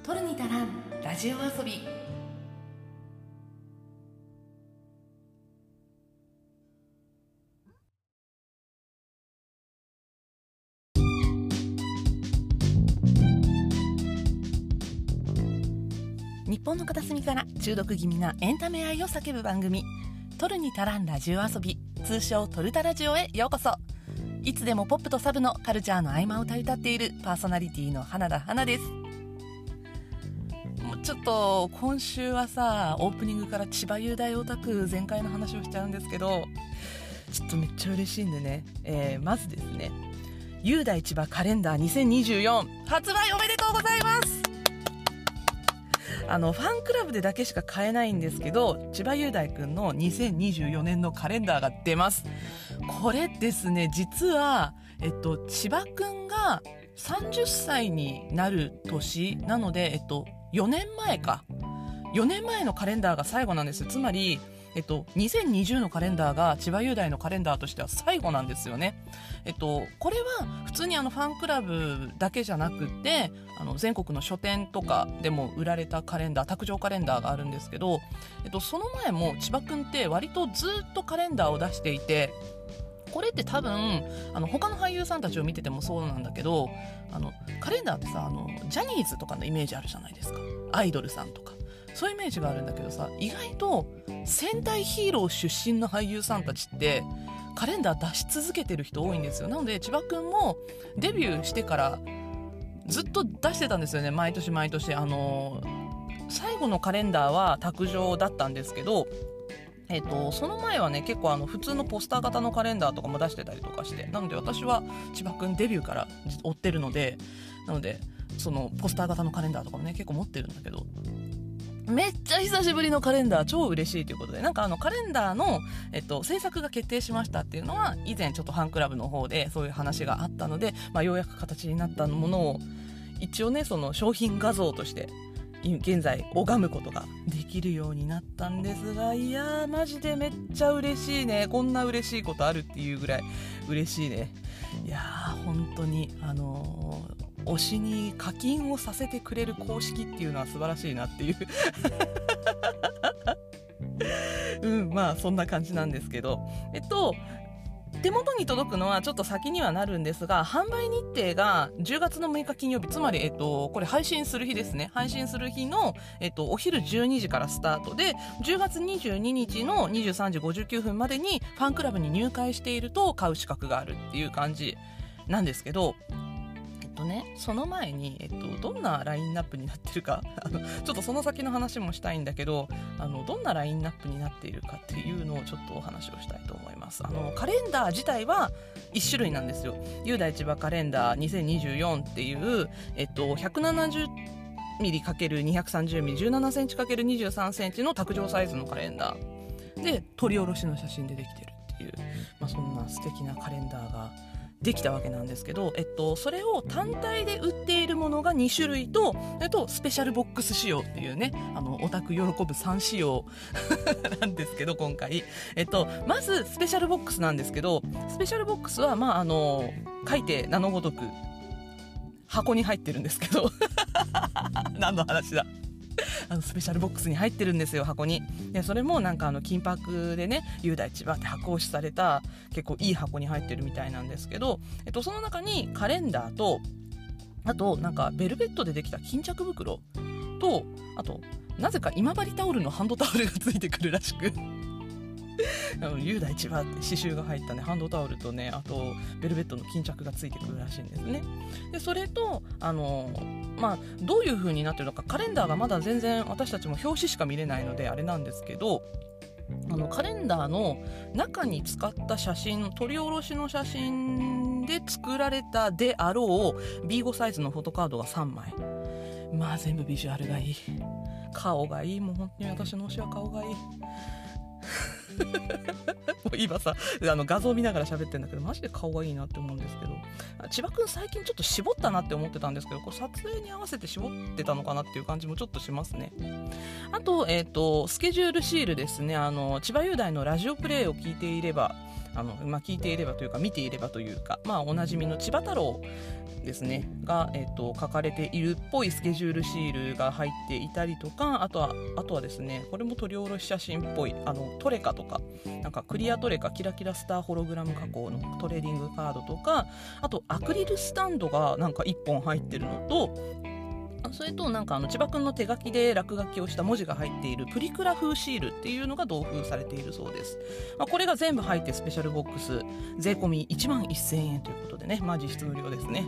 取るに足らんラジオ遊び。日本の片隅から中毒気味なエンタメ愛を叫ぶ番組、取るに足らんラジオ遊び、通称トルタラジオへようこそ。いつでもポップとサブのカルチャーの合間を歌っているパーソナリティの花田花です。もうちょっと今週はさ、オープニングから千葉雄大オタク全開の話をしちゃうんですけど、ちょっとめっちゃ嬉しいんでね、まずですね、雄大千葉カレンダー2024発売おめでとうございます。ファンクラブでだけしか買えないんですけど、千葉雄大くんの2024年のカレンダーが出ます。これですね、実は、千葉くんが30歳になる年なので、4年前のカレンダーが最後なんですよ。つまり、2020のカレンダーが千葉雄大のカレンダーとしては最後なんですよね。これは普通にファンクラブだけじゃなくて、全国の書店とかでも売られたカレンダー、卓上カレンダーがあるんですけど、その前も千葉くんって割とずっとカレンダーを出していて、これって多分他の俳優さんたちを見ててもそうなんだけど、カレンダーってさ、ジャニーズとかのイメージあるじゃないですか。アイドルさんとかそういうイメージがあるんだけどさ、意外と戦隊ヒーロー出身の俳優さんたちってカレンダー出し続けてる人多いんですよ。なので千葉くんもデビューしてからずっと出してたんですよね、毎年毎年。最後のカレンダーは卓上だったんですけど、その前はね、結構普通のポスター型のカレンダーとかも出してたりとかして、なので私は千葉くんデビューから追ってるので、なのでそのポスター型のカレンダーとかもね結構持ってるんだけど、めっちゃ久しぶりのカレンダー、超嬉しいということで、なんかカレンダーの、制作が決定しましたっていうのは以前ちょっとファンクラブの方でそういう話があったので、ようやく形になったものを一応ね、その商品画像として現在拝むことができるようになったんですが、いやーマジでめっちゃ嬉しいね。こんな嬉しいことあるっていうぐらい嬉しいね。いやー本当に推しに課金をさせてくれる公式っていうのは素晴らしいなっていうそんな感じなんですけど、手元に届くのはちょっと先にはなるんですが、販売日程が10月の6日金曜日、つまり、これ配信する日ですね。配信する日の、お昼12時からスタートで、10月22日の23時59分までにファンクラブに入会していると買う資格があるっていう感じなんですけど、その前に、どんなラインナップになってるかちょっとその先の話もしたいんだけど、どんなラインナップになっているかっていうのをちょっとお話をしたいと思います。カレンダー自体は1種類なんですよ。雄大千葉カレンダー2024っていう、170ミリ ×230 ミリ17センチ ×23 センチの卓上サイズのカレンダーで、撮り下ろしの写真でできてるっていう、そんな素敵なカレンダーができたわけなんですけど、それを単体で売っているものが2種類と、スペシャルボックス仕様っていうね、オタク喜ぶ3仕様なんですけど、今回まずスペシャルボックスなんですけど、スペシャルボックスは書いて名のごとく箱に入ってるんですけど何の話だスペシャルボックスに入ってるんですよ、箱に。でそれもなんか金箔でね、雄大千葉って箱押しされた結構いい箱に入ってるみたいなんですけど、その中にカレンダーと、あとなんかベルベットでできた巾着袋と、あとなぜか今治タオルのハンドタオルがついてくるらしく雄大千葉って刺繍が入ったね、ハンドタオルとね、あとベルベットの巾着がついてくるらしいんですね。でそれとどういう風になってるのか、カレンダーがまだ全然私たちも表紙しか見れないのであれなんですけど、カレンダーの中に使った写真、撮り下ろしの写真で作られたであろう B5 サイズのフォトカードが3枚。全部ビジュアルがいい、顔がいい、もう本当に私の推しは顔がいいもう今さ画像見ながら喋ってるんだけど、マジで顔がいいなって思うんですけど、千葉くん最近ちょっと絞ったなって思ってたんですけど、これ撮影に合わせて絞ってたのかなっていう感じもちょっとしますね。あと、スケジュールシールですね。千葉雄大のラジオプレイを聞いていれば聞いていればというか見ていればというか、おなじみの千葉太郎ですねが、書かれているっぽいスケジュールシールが入っていたりとか、あとはですね、これも撮り下ろし写真っぽいトレカとか、なんかクリアトレカキラキラスターホログラム加工のトレーディングカードとか、あとアクリルスタンドがなんか1本入ってるのと、それとなんか千葉くんの手書きで落書きをした文字が入っているプリクラ風シールっていうのが同封されているそうです。これが全部入ってスペシャルボックス税込み11,000円ということでね、実質無料ですね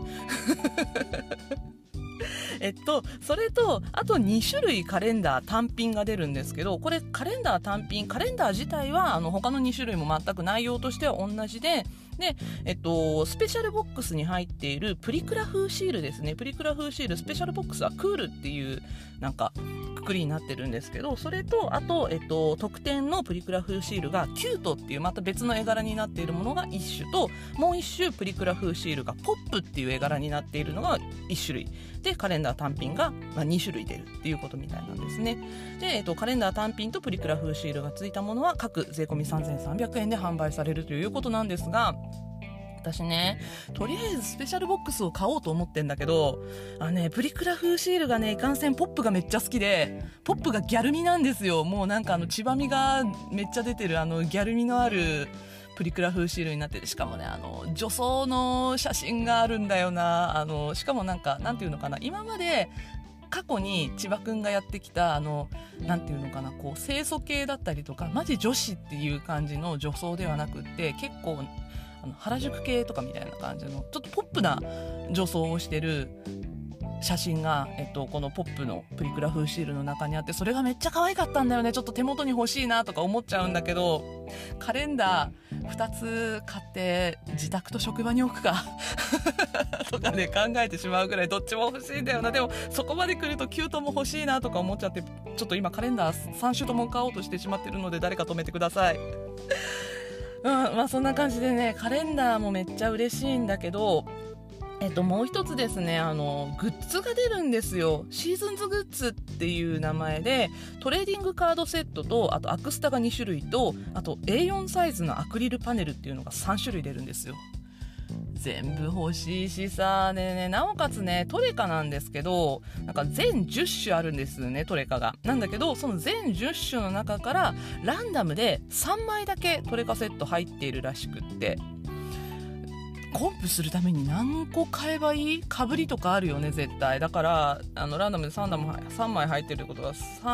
それとあと2種類カレンダー単品が出るんですけど、これカレンダー単品、カレンダー自体は他の2種類も全く内容としては同じで、スペシャルボックスに入っているプリクラ風シールですね。プリクラ風シール、スペシャルボックスはクールっていうなんかくくりになってるんですけど、それとあと、特典のプリクラ風シールがキュートっていうまた別の絵柄になっているものが1種と、もう1種プリクラ風シールがポップっていう絵柄になっているのが1種類で、カレンダー単品が2種類出るっていうことみたいなんですね。で、カレンダー単品とプリクラ風シールがついたものは各税込み3,300円で販売されるということなんですが、私ね、とりあえずスペシャルボックスを買おうと思ってんだけど、プリクラ風シールがね、いかんせんポップがめっちゃ好きで、ポップがギャル味なんですよ。もうなんか千葉味がめっちゃ出てるギャル味のあるプリクラ風シールになってて、しかもね女装の写真があるんだよな。しかもなんていうのかな、今まで過去に千葉くんがやってきたなんていうのかな、こう清楚系だったりとかマジ女子っていう感じの女装ではなくって、結構原宿系とかみたいな感じのちょっとポップな女装をしてる写真が、このポップのプリクラ風シールの中にあって、それがめっちゃ可愛かったんだよね。ちょっと手元に欲しいなとか思っちゃうんだけど、カレンダー2つ買って自宅と職場に置くかとかね、考えてしまうぐらいどっちも欲しいんだよな。でもそこまで来るとキュートも欲しいなとか思っちゃって、ちょっと今カレンダー3種とも買おうとしてしまってるので、誰か止めてくださいそんな感じでね、カレンダーもめっちゃ嬉しいんだけど、もう一つですね、グッズが出るんですよ。シーズンズグッズっていう名前で、トレーディングカードセットと、あとアクスタが2種類と、あと A4 サイズのアクリルパネルっていうのが3種類出るんですよ。全部欲しいしさ、なおかつね、トレカなんですけど、なんか全10種あるんですよね、トレカが。なんだけど、その全10種の中からランダムで3枚だけトレカセット入っているらしくって、コンプするために何個買えばいい？かぶりとかあるよね絶対。だからランダムで3枚入ってるってことは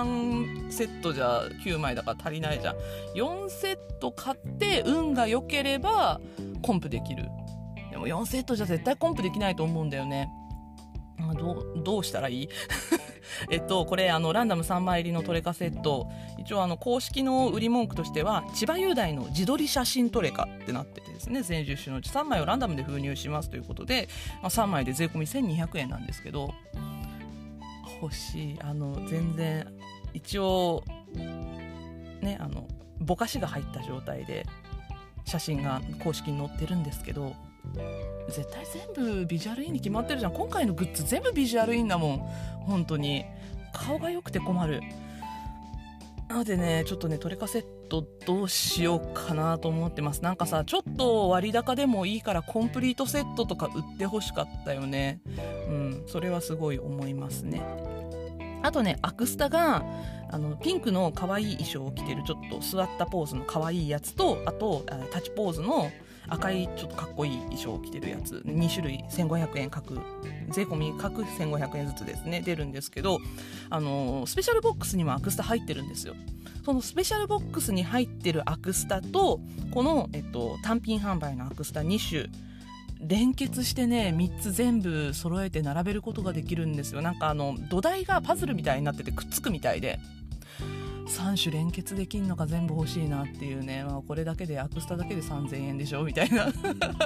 3セットじゃ9枚だから足りないじゃん。4セット買って運が良ければコンプできる。でも4セットじゃ絶対コンプできないと思うんだよね。どうしたらいいこれランダム3枚入りのトレカセット、一応公式の売り文句としては千葉雄大の自撮り写真トレカってなっててですね、全10種のうち3枚をランダムで封入しますということで、3枚で税込み1200円なんですけど、欲しい。全然一応ね、ぼかしが入った状態で写真が公式に載ってるんですけど、絶対全部ビジュアルいいに決まってるじゃん。今回のグッズ全部ビジュアルいいんだもん。本当に顔が良くて困る。なのでね、ちょっとねトレカセットどうしようかなと思ってます。なんかさ、ちょっと割高でもいいからコンプリートセットとか売ってほしかったよね。それはすごい思いますね。あとね、アクスタがピンクの可愛い衣装を着てるちょっと座ったポーズの可愛いやつと、あと立ちポーズの赤いちょっとかっこいい衣装を着てるやつ2種類1500円各税込み各1500円ずつですね出るんですけど、スペシャルボックスにもアクスタ入ってるんですよ。そのスペシャルボックスに入ってるアクスタとこの、単品販売のアクスタ2種連結してね、3つ全部揃えて並べることができるんですよ。なんか土台がパズルみたいになっててくっつくみたいで、3種連結できるのが全部欲しいなっていうね、これだけでアクスタだけで3000円でしょみたいな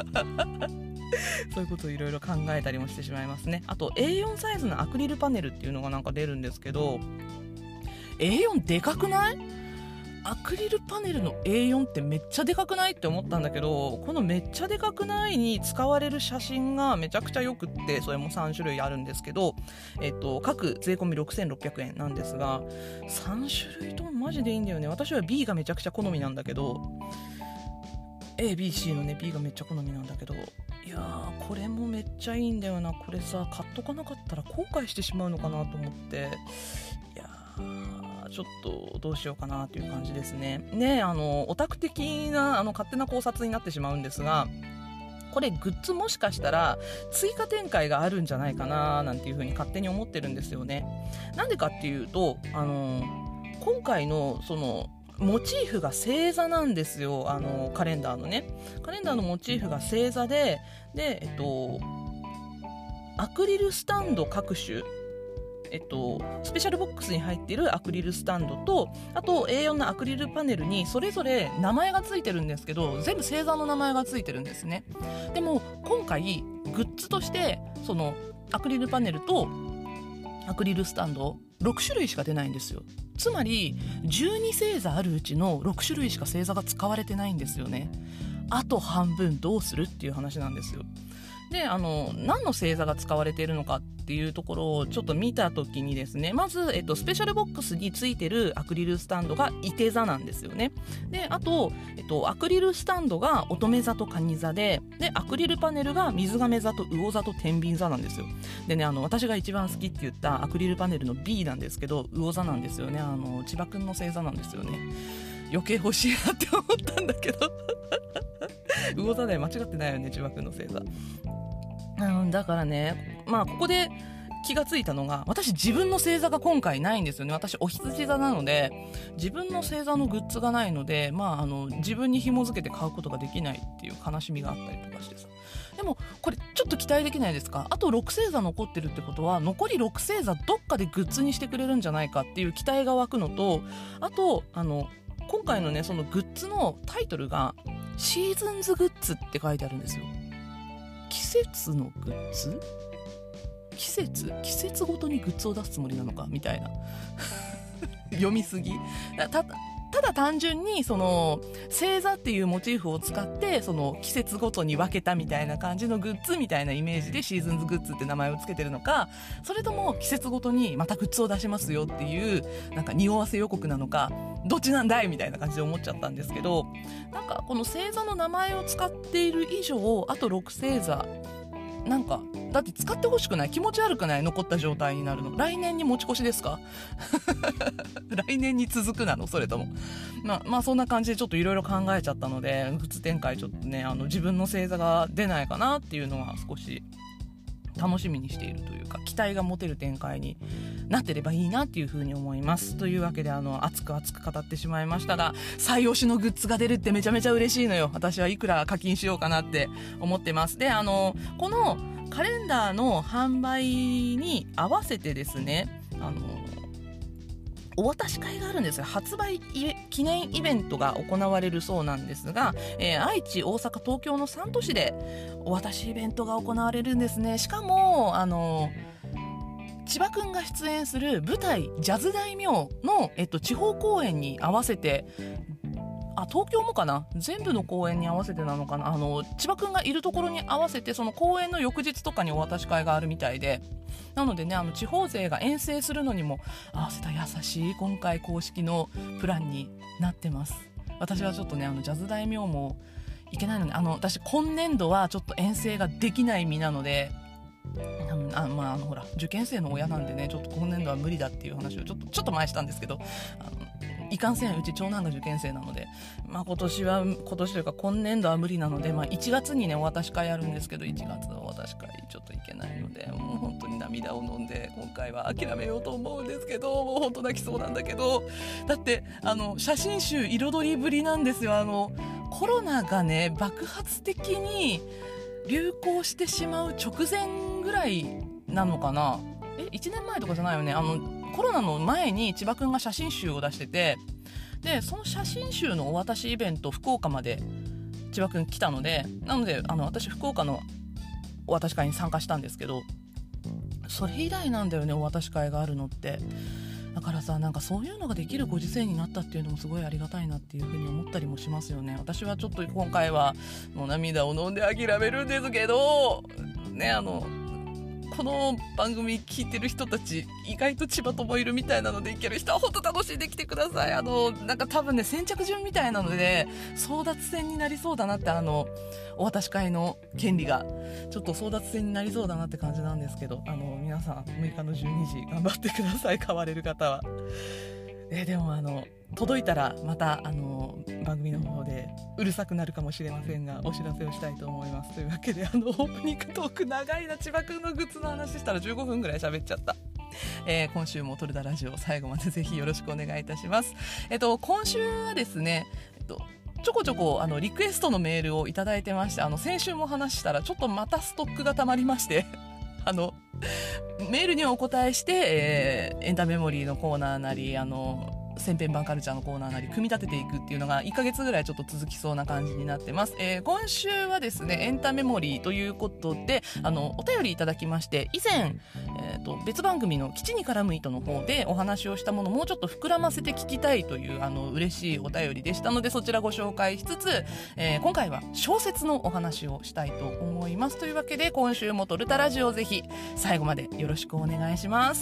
そういうことをいろいろ考えたりもしてしまいますね。あと A4 サイズのアクリルパネルっていうのがなんか出るんですけど、 A4 でかくない？アクリルパネルの A4 ってめっちゃでかくないって思ったんだけど、このめっちゃでかくないに使われる写真がめちゃくちゃよくって、それも3種類あるんですけど、各税込み6600円なんですが、3種類ともマジでいいんだよね。私は B がめちゃくちゃ好みなんだけど、 ABC のね B がめっちゃ好みなんだけど、いやーこれもめっちゃいいんだよな。これさ買っとかなかったら後悔してしまうのかなと思って、いやーちょっとどうしようかなっていう感じですね。ね、オタク的な勝手な考察になってしまうんですが、これグッズもしかしたら追加展開があるんじゃないかななんていう風に勝手に思ってるんですよね。なんでかっていうと、今回のそのモチーフが星座なんですよ。カレンダーのモチーフが星座で、アクリルスタンド各種、スペシャルボックスに入っているアクリルスタンドと、あと A4 のアクリルパネルにそれぞれ名前がついてるんですけど、全部星座の名前がついてるんですね。でも今回グッズとしてそのアクリルパネルとアクリルスタンド6種類しか出ないんですよ。つまり12星座あるうちの6種類しか星座が使われてないんですよね。あと半分どうするっていう話なんですよ。で何の星座が使われているのかっていうところをちょっと見たときにですね、まず、スペシャルボックスについてるアクリルスタンドがいて座なんですよね。であと、アクリルスタンドが乙女座と蟹座で、アクリルパネルが水亀座と魚座と天秤座なんですよ。でね、私が一番好きって言ったアクリルパネルの B なんですけど、魚座なんですよね。千葉くんの星座なんですよね。余計欲しいなって思ったんだけど魚座で間違ってないよね、千葉くんの星座。だからね、ここで気がついたのが、私自分の星座が今回ないんですよね。私お羊座なので自分の星座のグッズがないので、自分に紐付けて買うことができないっていう悲しみがあったりとかしてさ。でもこれちょっと期待できないですか？あと6星座残ってるってことは、残り6星座どっかでグッズにしてくれるんじゃないかっていう期待が湧くのと、あと今回のねそのグッズのタイトルがシーズンズグッズって書いてあるんですよ。季節のグッズ？季節ごとにグッズを出すつもりなのかみたいな読みすぎ。ただ単純にその星座っていうモチーフを使ってその季節ごとに分けたみたいな感じのグッズみたいなイメージでシーズンズグッズって名前をつけてるのか、それとも季節ごとにまたグッズを出しますよっていうなんか匂わせ予告なのか、どっちなんだいみたいな感じで思っちゃったんですけど、なんかこの星座の名前を使っている以上、あと6星座なんかだって使ってほしくない？気持ち悪くない？残った状態になるの。来年に持ち越しですか来年に続くなの？それともそんな感じでちょっといろいろ考えちゃったので、グッズ展開ちょっとね自分の星座が出ないかなっていうのは少し楽しみにしているというか、期待が持てる展開になってればいいなっていうふうに思います。というわけで熱く語ってしまいましたが、最推しのグッズが出るってめちゃめちゃ嬉しいのよ。私はいくら課金しようかなって思ってます。でこのカレンダーの販売に合わせてですね、お渡し会があるんですよ。発売記念イベントが行われるそうなんですが、愛知、大阪、東京の3都市でお渡しイベントが行われるんですね。しかも千葉くんが出演する舞台ジャズ大名の、地方公演に合わせて、東京もかな、全部の公演に合わせてなのかな、千葉くんがいるところに合わせてその公演の翌日とかにお渡し会があるみたいで、なのでね地方勢が遠征するのにも合わせた優しい今回公式のプランになってます。私はちょっとねジャズ大名もいけないので、私今年度はちょっと遠征ができない身なので、ほら受験生の親なんでね、ちょっと今年度は無理だっていう話をちょっと前したんですけど、いかんせんうち長男が受験生なので、今年というか今年度は無理なので、1月にねお渡し会あるんですけど、1月のお渡し会ちょっといけないので、もう本当に涙を飲んで今回は諦めようと思うんですけど、もう本当泣きそうなんだけど、だって写真集彩りぶりなんですよ。コロナがね爆発的に流行してしまう直前ぐらいなのかな。1年前とかじゃないよね。コロナの前に千葉くんが写真集を出してて、でその写真集のお渡しイベント福岡まで千葉くん来たので、なので私福岡のお渡し会に参加したんですけど、それ以来なんだよねお渡し会があるのって。だからさ、なんかそういうのができるご時世になったっていうのもすごいありがたいなっていうふうに思ったりもしますよね。私はちょっと今回はもう涙を飲んで諦めるんですけどね、 この番組聞いてる人たち意外と千葉ともいるみたいなので、行ける人は本当楽しんできてください。なんか多分ね、先着順みたいなので争奪戦になりそうだなって、お渡し会の権利がちょっと争奪戦になりそうだなって感じなんですけど、皆さん6日の12時頑張ってください、買われる方は。でも届いたらまた番組の方でうるさくなるかもしれませんが、お知らせをしたいと思います。というわけでオープニングトーク長いな。千葉くんのグッズの話したら15分ぐらい喋っちゃった。今週もトルダラジオ最後までぜひよろしくお願いいたします。今週はですね、ちょこちょこリクエストのメールをいただいてまして、先週も話したらちょっとまたストックがたまりましてメールにお答えして、エンタメモリーのコーナーなり千編版カルチャーのコーナーなり組み立てていくっていうのが1ヶ月ぐらいちょっと続きそうな感じになってます。今週はですね、エンタメモリーということでお便りいただきまして、以前、別番組の基地に絡む糸の方でお話をしたものをもうちょっと膨らませて聞きたいという嬉しいお便りでしたので、そちらご紹介しつつ、今回は小説のお話をしたいと思います。というわけで今週もトルタラジオをぜひ最後までよろしくお願いします。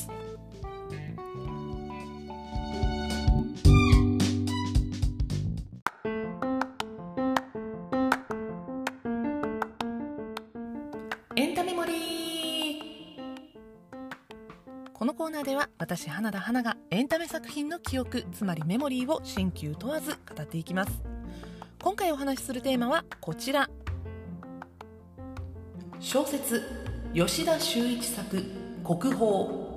エンタメモリー。このコーナーでは私花田花がエンタメ作品の記憶、つまりメモリーを新旧問わず語っていきます。今回お話しするテーマはこちら。小説吉田修一作国宝。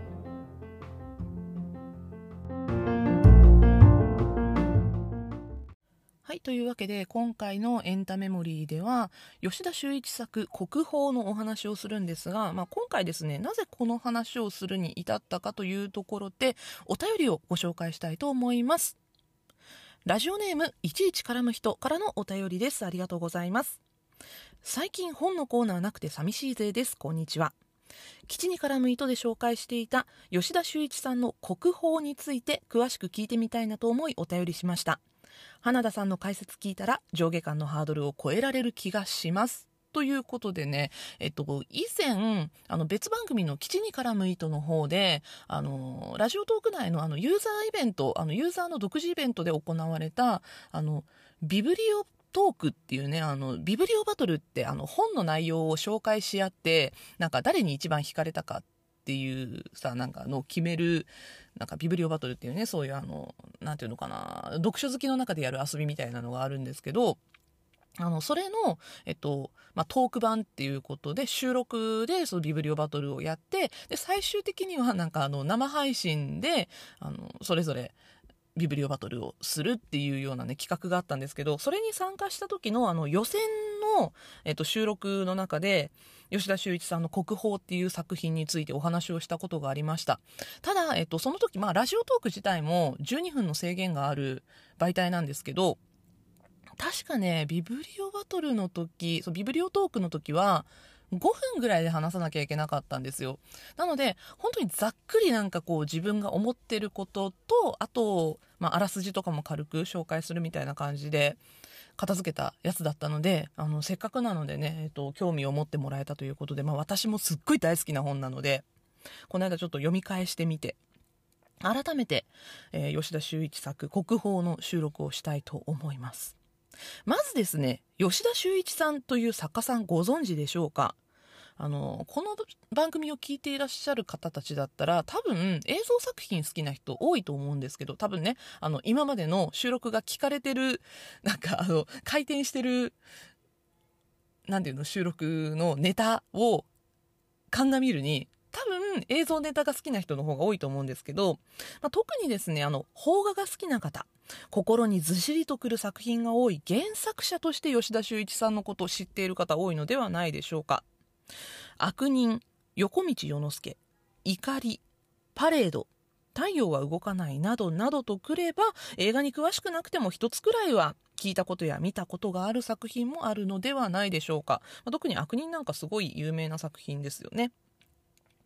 はい、というわけで今回のエンタメモリーでは吉田修一作国宝のお話をするんですが、今回ですね、なぜこの話をするに至ったかというところでお便りをご紹介したいと思います。ラジオネームいちいち絡む人からのお便りです。ありがとうございます。最近本のコーナーなくて寂しいぜです。こんにちは。基地に絡む糸で紹介していた吉田修一さんの国宝について詳しく聞いてみたいなと思いお便りしました。花田さんの解説聞いたら上下間のハードルを超えられる気がしますということでね、以前別番組の基地に絡む糸の方でラジオトーク内のユーザーイベント、ユーザーの独自イベントで行われたビブリオトークっていうね、ビブリオバトルって本の内容を紹介し合って、なんか誰に一番惹かれたかっていうさ、なんか決める、なんかビブリオバトルっていうね、そういうなんていうのかな、読書好きの中でやる遊びみたいなのがあるんですけど、それの、トーク版っていうことで収録でそのビブリオバトルをやって、で最終的にはなんか生配信でそれぞれビブリオバトルをするっていうようなね企画があったんですけど、それに参加した時の予選の、収録の中で吉田修一さんの国宝っていう作品についてお話をしたことがありました。ただ、その時、ラジオトーク自体も12分の制限がある媒体なんですけど、確かね、ビブリオバトルの時、ビブリオトークの時は5分ぐらいで話さなきゃいけなかったんですよ。なので本当にざっくりなんかこう自分が思ってることと、あと、あらすじとかも軽く紹介するみたいな感じで片付けたやつだったので、せっかくなのでね、興味を持ってもらえたということで、私もすっごい大好きな本なので、この間ちょっと読み返してみて改めて、吉田修一作国宝の収録をしたいと思います。まずですね、吉田修一さんという作家さんご存知でしょうか。この番組を聞いていらっしゃる方たちだったら多分映像作品好きな人多いと思うんですけど、多分ね今までの収録が聞かれてる、なんか回転してるなんていうの、収録のネタを鑑みるに多分映像ネタが好きな人の方が多いと思うんですけど、特にですね邦画が好きな方、心にずしりとくる作品が多い原作者として吉田修一さんのことを知っている方多いのではないでしょうか。悪人、横道世之助、怒り、パレード、太陽は動かないなどなどとくれば、映画に詳しくなくても一つくらいは聞いたことや見たことがある作品もあるのではないでしょうか。特に悪人なんかすごい有名な作品ですよね。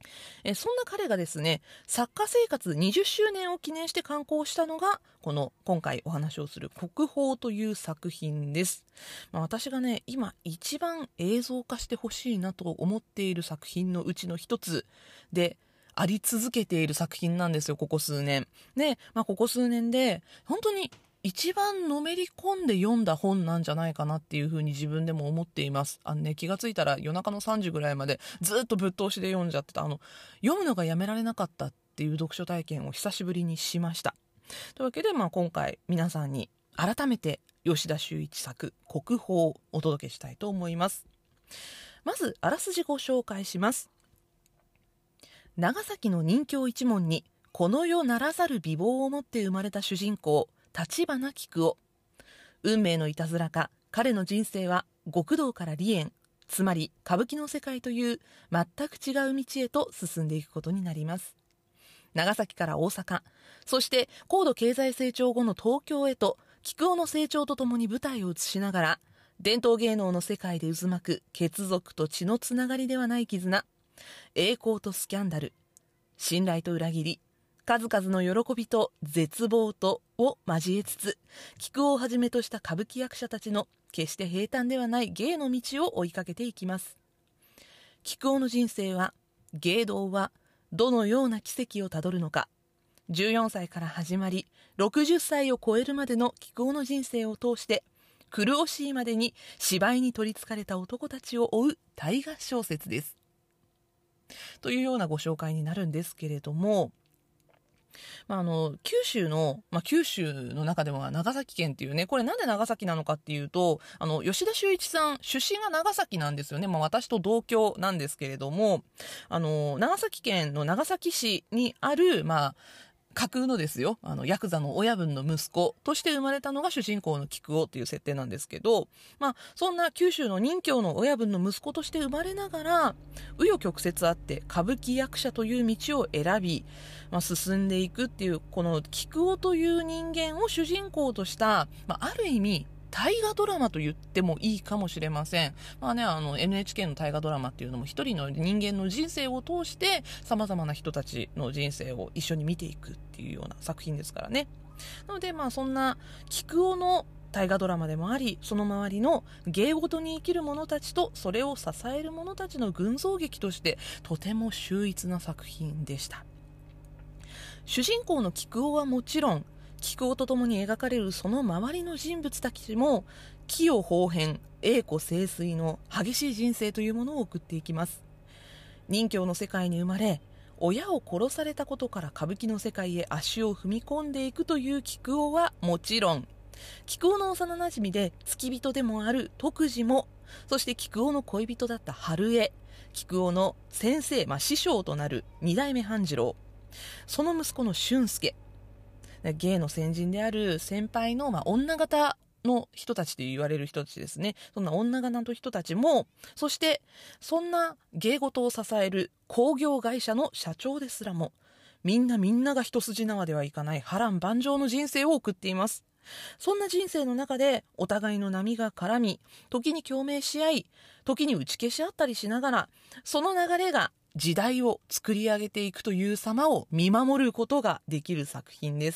そんな彼がですね、作家生活20周年を記念して刊行したのがこの今回お話をする国宝という作品です。私がね、今一番映像化してほしいなと思っている作品のうちの一つであり続けている作品なんですよ、ここ数年で、ここ数年で本当に一番のめり込んで読んだ本なんじゃないかなっていうふうに自分でも思っています。気がついたら夜中の3時ぐらいまでずっとぶっ通しで読んじゃってた、読むのがやめられなかったっていう読書体験を久しぶりにしました。というわけで、今回皆さんに改めて吉田修一作国宝をお届けしたいと思います。まずあらすじご紹介します。長崎の任教一門にこの世ならざる美貌を持って生まれた主人公立花菊夫。運命のいたずらか、彼の人生は極道から離縁、つまり歌舞伎の世界という全く違う道へと進んでいくことになります。長崎から大阪、そして高度経済成長後の東京へと菊夫の成長とともに舞台を移しながら、伝統芸能の世界で渦巻く血族と血のつながりではない絆、栄光とスキャンダル、信頼と裏切り、数々の喜びと絶望とを交えつつ、菊夫をはじめとした歌舞伎役者たちの決して平坦ではない芸の道を追いかけていきます。菊夫の人生は、芸道はどのような奇跡をたどるのか、14歳から始まり60歳を超えるまでの菊夫の人生を通して、苦しいまでに芝居に取りつかれた男たちを追う大河小説です。というようなご紹介になるんですけれども、九州の中でも長崎県っていうね、これなんで長崎なのかっていうと、吉田修一さん出身が長崎なんですよね。私と同郷なんですけれども、長崎県の長崎市にある架空のですよ、ヤクザの親分の息子として生まれたのが主人公の菊夫という設定なんですけど、そんな九州の任教の親分の息子として生まれながら、紆余曲折あって歌舞伎役者という道を選び、進んでいくっていう、この菊夫という人間を主人公とした、ある意味大河ドラマと言ってもいいかもしれません。NHK の大河ドラマっていうのも一人の人間の人生を通して様々な人たちの人生を一緒に見ていくっていうような作品ですからね。なのでそんな菊夫の大河ドラマでもあり、その周りの芸事に生きる者たちとそれを支える者たちの群像劇としてとても秀逸な作品でした。主人公の菊夫はもちろん、菊夫とともに描かれるその周りの人物たちも器用方変、栄枯盛衰の激しい人生というものを送っていきます。任教の世界に生まれ、親を殺されたことから歌舞伎の世界へ足を踏み込んでいくという菊夫はもちろん、菊夫の幼なじみで付き人でもある徳次も、そして菊夫の恋人だった春江、菊夫の先生、師匠となる二代目半次郎、その息子の俊介、芸の先人である先輩の、女形の人たちと言われる人たちですね。そんな女形の人たちも、そしてそんな芸事を支える工業会社の社長ですらも、みんなが一筋縄ではいかない波乱万丈の人生を送っています。そんな人生の中でお互いの波が絡み、時に共鳴し合い、時に打ち消し合ったりしながら、その流れが時代を作り上げていくという様を見守ることができる作品です。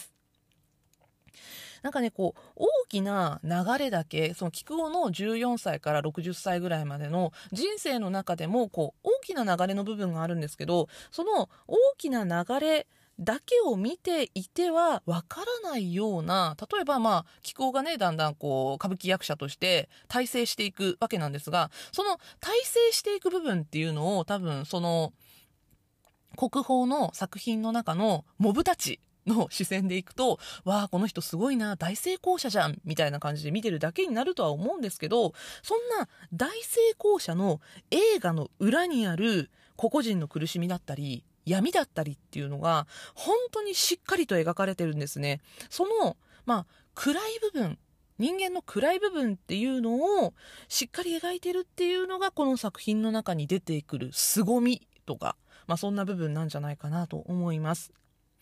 大きな流れだけ、その菊夫の14歳から60歳ぐらいまでの人生の中でも大きな流れの部分があるんですけど、その大きな流れだけを見ていてはわからないような、例えば菊夫がね、だんだん歌舞伎役者として大成していくわけなんですが、その大成していく部分っていうのを多分その国宝の作品の中のモブたちの視線でいくと、わあこの人すごいな、大成功者じゃんみたいな感じで見てるだけになるとは思うんですけど、そんな大成功者の映画の裏にある個々人の苦しみだったり闇だったりっていうのが本当にしっかりと描かれてるんですね。その暗い部分、人間の暗い部分っていうのをしっかり描いてるっていうのがこの作品の中に出てくる凄みとか、そんな部分なんじゃないかなと思います。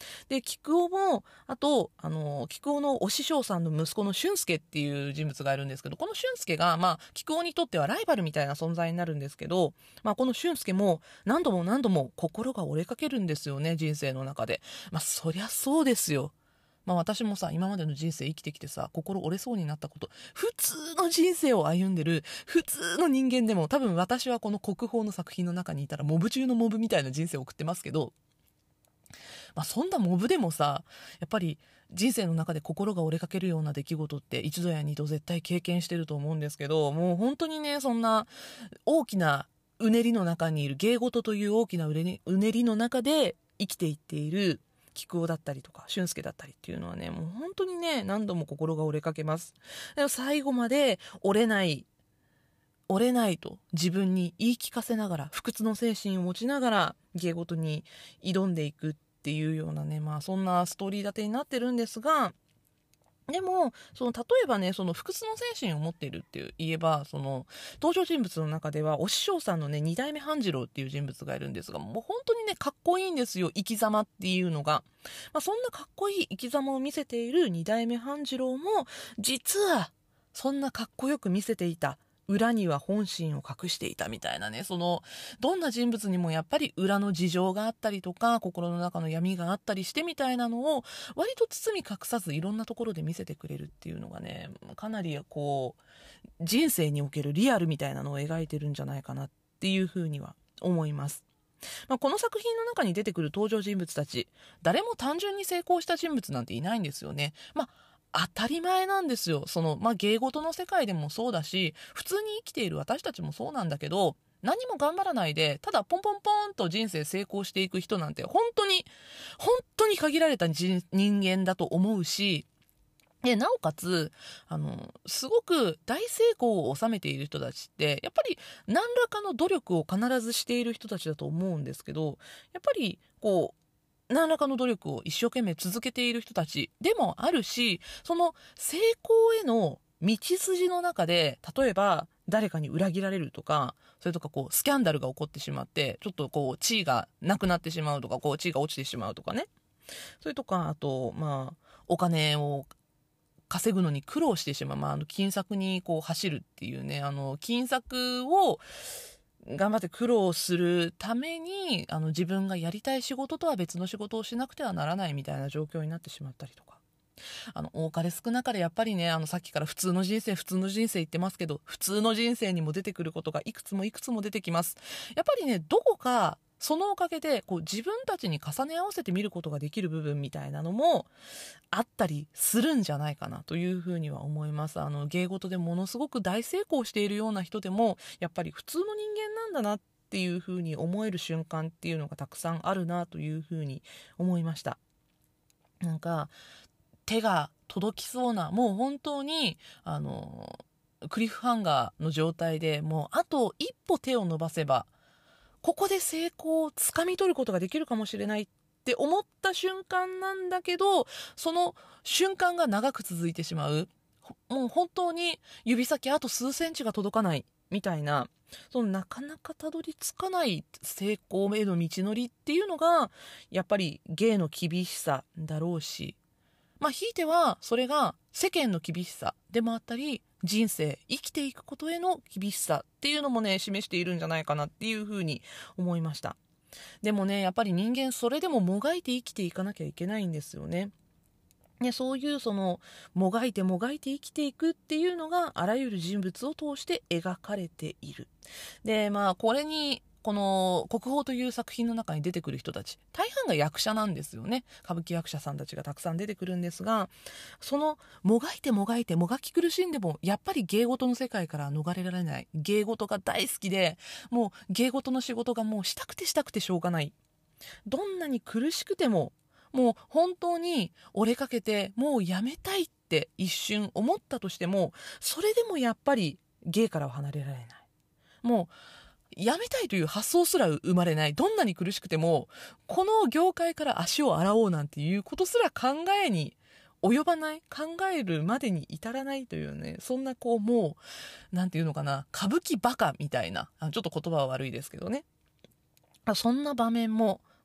で菊男もあと菊男のお師匠さんの息子の俊介っていう人物がいるんですけど、この俊介が菊男にとってはライバルみたいな存在になるんですけど、この俊介も何度も何度も心が折れかけるんですよね、人生の中で。そりゃそうですよ。私もさ、今までの人生生きてきてさ、心折れそうになったこと、普通の人生を歩んでる普通の人間でも、多分私はこの国宝の作品の中にいたらモブ中のモブみたいな人生を送ってますけど、そんなモブでもさ、やっぱり人生の中で心が折れかけるような出来事って一度や二度絶対経験してると思うんですけど、もう本当にね、そんな大きなうねりの中にいる、芸事という大きなうねりの中で生きていっている菊男だったりとか俊介だったりっていうのはね、もう本当にね、何度も心が折れかけます。でも最後まで折れないと自分に言い聞かせながら、不屈の精神を持ちながら芸事に挑んでいくっていうようなね、そんなストーリー立てになってるんですが、でも例えばね、その不屈の精神を持っているって言えば、登場人物の中ではお師匠さんのね、二代目半次郎っていう人物がいるんですが、もう本当にね、かっこいいんですよ、生き様っていうのが。そんなかっこいい生き様を見せている二代目半次郎も、実はそんなかっこよく見せていた裏には本心を隠していたみたいなね、どんな人物にもやっぱり裏の事情があったりとか、心の中の闇があったりしてみたいなのを割と包み隠さずいろんなところで見せてくれるっていうのがね、かなり人生におけるリアルみたいなのを描いてるんじゃないかなっていうふうには思います。この作品の中に出てくる登場人物たち、誰も単純に成功した人物なんていないんですよね。当たり前なんですよ。芸事の世界でもそうだし、普通に生きている私たちもそうなんだけど、何も頑張らないで、ただポンポンポンと人生成功していく人なんて本当に限られた人間だと思うし、で、なおかつ、すごく大成功を収めている人たちって、やっぱり何らかの努力を必ずしている人たちだと思うんですけど、やっぱり何らかの努力を一生懸命続けている人たちでもあるし、その成功への道筋の中で、例えば誰かに裏切られるとか、それとかスキャンダルが起こってしまって、ちょっと地位がなくなってしまうとか、地位が落ちてしまうとかね。それとか、あと、お金を稼ぐのに苦労してしまう、金策に走るっていうね、金策を頑張って苦労するために自分がやりたい仕事とは別の仕事をしなくてはならないみたいな状況になってしまったりとか、多かれ少なかれやっぱりね、さっきから普通の人生言ってますけど、普通の人生にも出てくることがいくつも出てきます。やっぱりね、どこかそのおかげで自分たちに重ね合わせて見ることができる部分みたいなのもあったりするんじゃないかなというふうには思います。芸事でものすごく大成功しているような人でも、やっぱり普通の人間なんだなっていうふうに思える瞬間っていうのがたくさんあるなというふうに思いました。なんか手が届きそうな、もう本当にクリフハンガーの状態で、もうあと一歩手を伸ばせばここで成功をつかみ取ることができるかもしれないって思った瞬間なんだけど、その瞬間が長く続いてしまう。もう本当に指先あと数センチが届かないみたいな、なかなかたどり着かない成功への道のりっていうのが、やっぱり芸の厳しさだろうし、ひいてはそれが世間の厳しさでもあったり、人生生きていくことへの厳しさっていうのもね、示しているんじゃないかなっていうふうに思いました。でもね、やっぱり人間それでももがいて生きていかなきゃいけないんですよね。そういうもがいて生きていくっていうのがあらゆる人物を通して描かれている。で、これにこの国宝という作品の中に出てくる人たち、大半が役者なんですよね。歌舞伎役者さんたちがたくさん出てくるんですが、もがいてもがき苦しんでも、やっぱり芸事の世界から逃れられない。芸事が大好きで、もう芸事の仕事がもうしたくてしょうがない。どんなに苦しくても、もう本当に折れかけて、もうやめたいって一瞬思ったとしても、それでもやっぱり芸からは離れられない。もうやめたいという発想すら生まれない。どんなに苦しくてもこの業界から足を洗おうなんていうことすら考えに及ばない、考えるまでに至らないというね、そんなもうなんていうのかな、歌舞伎バカみたいな、ちょっと言葉は悪いですけどね、そんな場面も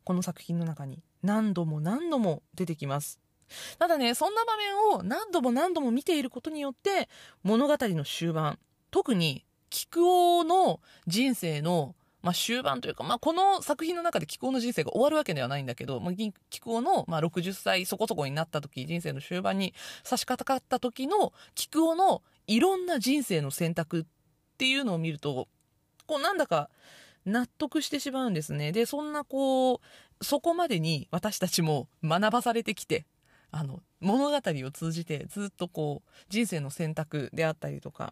この作品の中に何度も何度も出てきます。ただね、そんな場面を何度も何度も見ていることによって物語の終盤、特に菊王の人生の終盤というか、この作品の中で菊王の人生が終わるわけではないんだけど、菊王の60歳そこそこになった時、人生の終盤に差し掛かった時の菊王のいろんな人生の選択っていうのを見ると、なんだか納得してしまうんですね。で、そんなそこまでに私たちも学ばされてきて、物語を通じてずっと人生の選択であったりとか、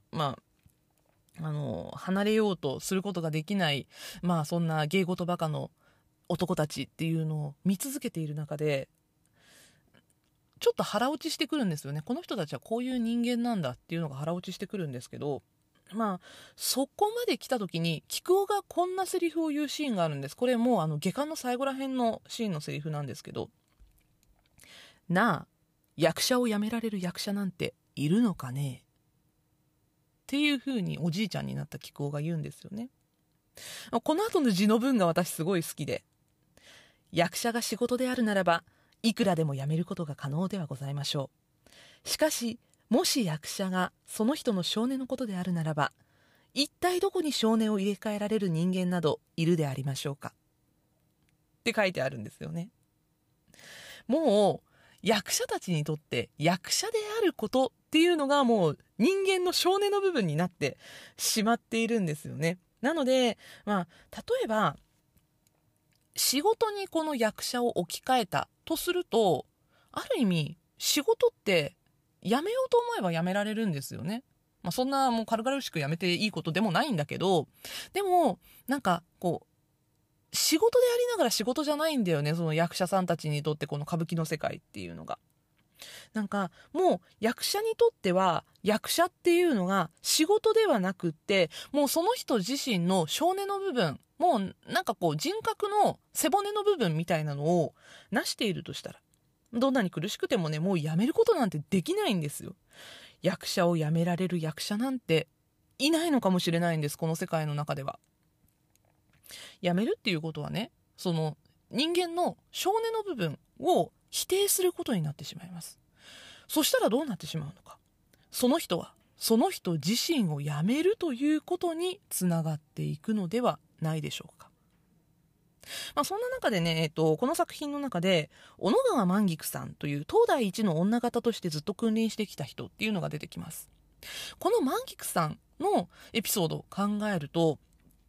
離れようとすることができない、そんな芸事バカの男たちっていうのを見続けている中で、ちょっと腹落ちしてくるんですよね。この人たちはこういう人間なんだっていうのが腹落ちしてくるんですけど、そこまで来た時に菊王がこんなセリフを言うシーンがあるんです。これもう下巻の最後ら辺のシーンのセリフなんですけど、なあ、役者を辞められる役者なんているのかねっていう風におじいちゃんになった菊王が言うんですよね。この後の字の文が私すごい好きで、役者が仕事であるならばいくらでも辞めることが可能ではございましょう。しかしもし役者がその人の性根のことであるならば、一体どこに性根を入れ替えられる人間などいるでありましょうかって書いてあるんですよね。もう役者たちにとって役者であることっていうのがもう人間の性根の部分になってしまっているんですよね。なので、例えば仕事にこの役者を置き換えたとすると、ある意味仕事ってやめようと思えばやめられるんですよね。そんなもう軽々しくやめていいことでもないんだけど、でも仕事でありながら仕事じゃないんだよね、その役者さんたちにとってこの歌舞伎の世界っていうのが。もう役者にとっては役者っていうのが仕事ではなくって、もうその人自身の性根の部分、もう人格の背骨の部分みたいなのを成しているとしたら、どんなに苦しくてもね、もうやめることなんてできないんですよ。役者をやめられる役者なんていないのかもしれないんです、この世界の中では。やめるっていうことはね、その人間の性根の部分を否定することになってしまいます。そしたらどうなってしまうのか。その人はその人自身をやめるということにつながっていくのではないでしょうか。そんな中でね、この作品の中で小野川万菊さんという当代一の女方としてずっと君臨してきた人っていうのが出てきます。この万菊さんのエピソードを考えると、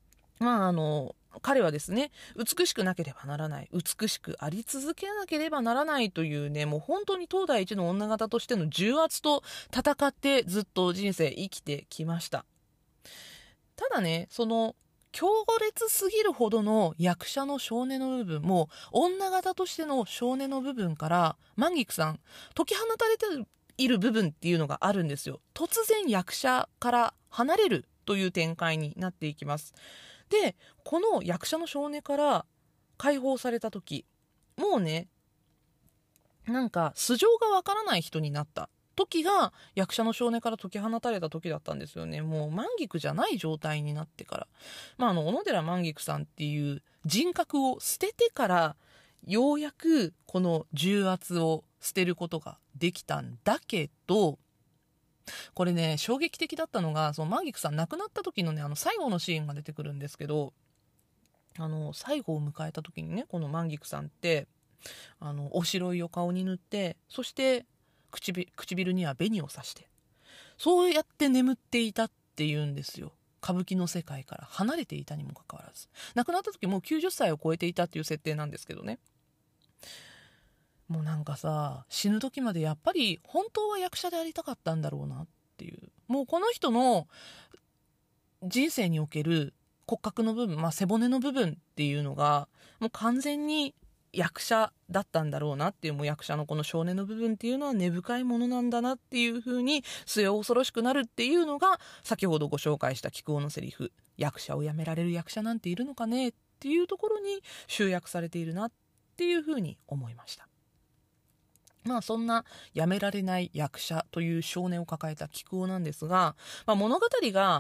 彼はですね、美しくなければならない、美しくあり続けなければならないというね、もう本当に当代一の女方としての重圧と戦ってずっと人生生きてきました。ただね、その強烈すぎるほどの役者の性根の部分も女方としての性根の部分から万菊さん解き放たれている部分っていうのがあるんですよ。突然役者から離れるという展開になっていきます。で、この役者の性根から解放された時、もうね、素性がわからない人になった時が役者の性根から解き放たれた時だったんですよね。もう万菊じゃない状態になってから、小野寺万菊さんっていう人格を捨ててからようやくこの重圧を捨てることができたんだけど、これね、衝撃的だったのが、その万菊さん亡くなった時のね、最後のシーンが出てくるんですけど、最後を迎えた時にね、この万菊さんっておしろいを顔に塗って、そして唇には紅を刺して、そうやって眠っていたっていうんですよ。歌舞伎の世界から離れていたにもかかわらず、亡くなった時もう90歳を超えていたっていう設定なんですけどね。もう死ぬ時までやっぱり本当は役者でありたかったんだろうなっていう、もうこの人の人生における骨格の部分、背骨の部分っていうのがもう完全に役者だったんだろうなっていう、もう役者のこの性根の部分っていうのは根深いものなんだなっていう風に末恐ろしくなるっていうのが、先ほどご紹介した菊王のセリフ、役者を辞められる役者なんているのかねっていうところに集約されているなっていう風に思いました。そんな辞められない役者という少年を抱えた菊王なんですが、物語が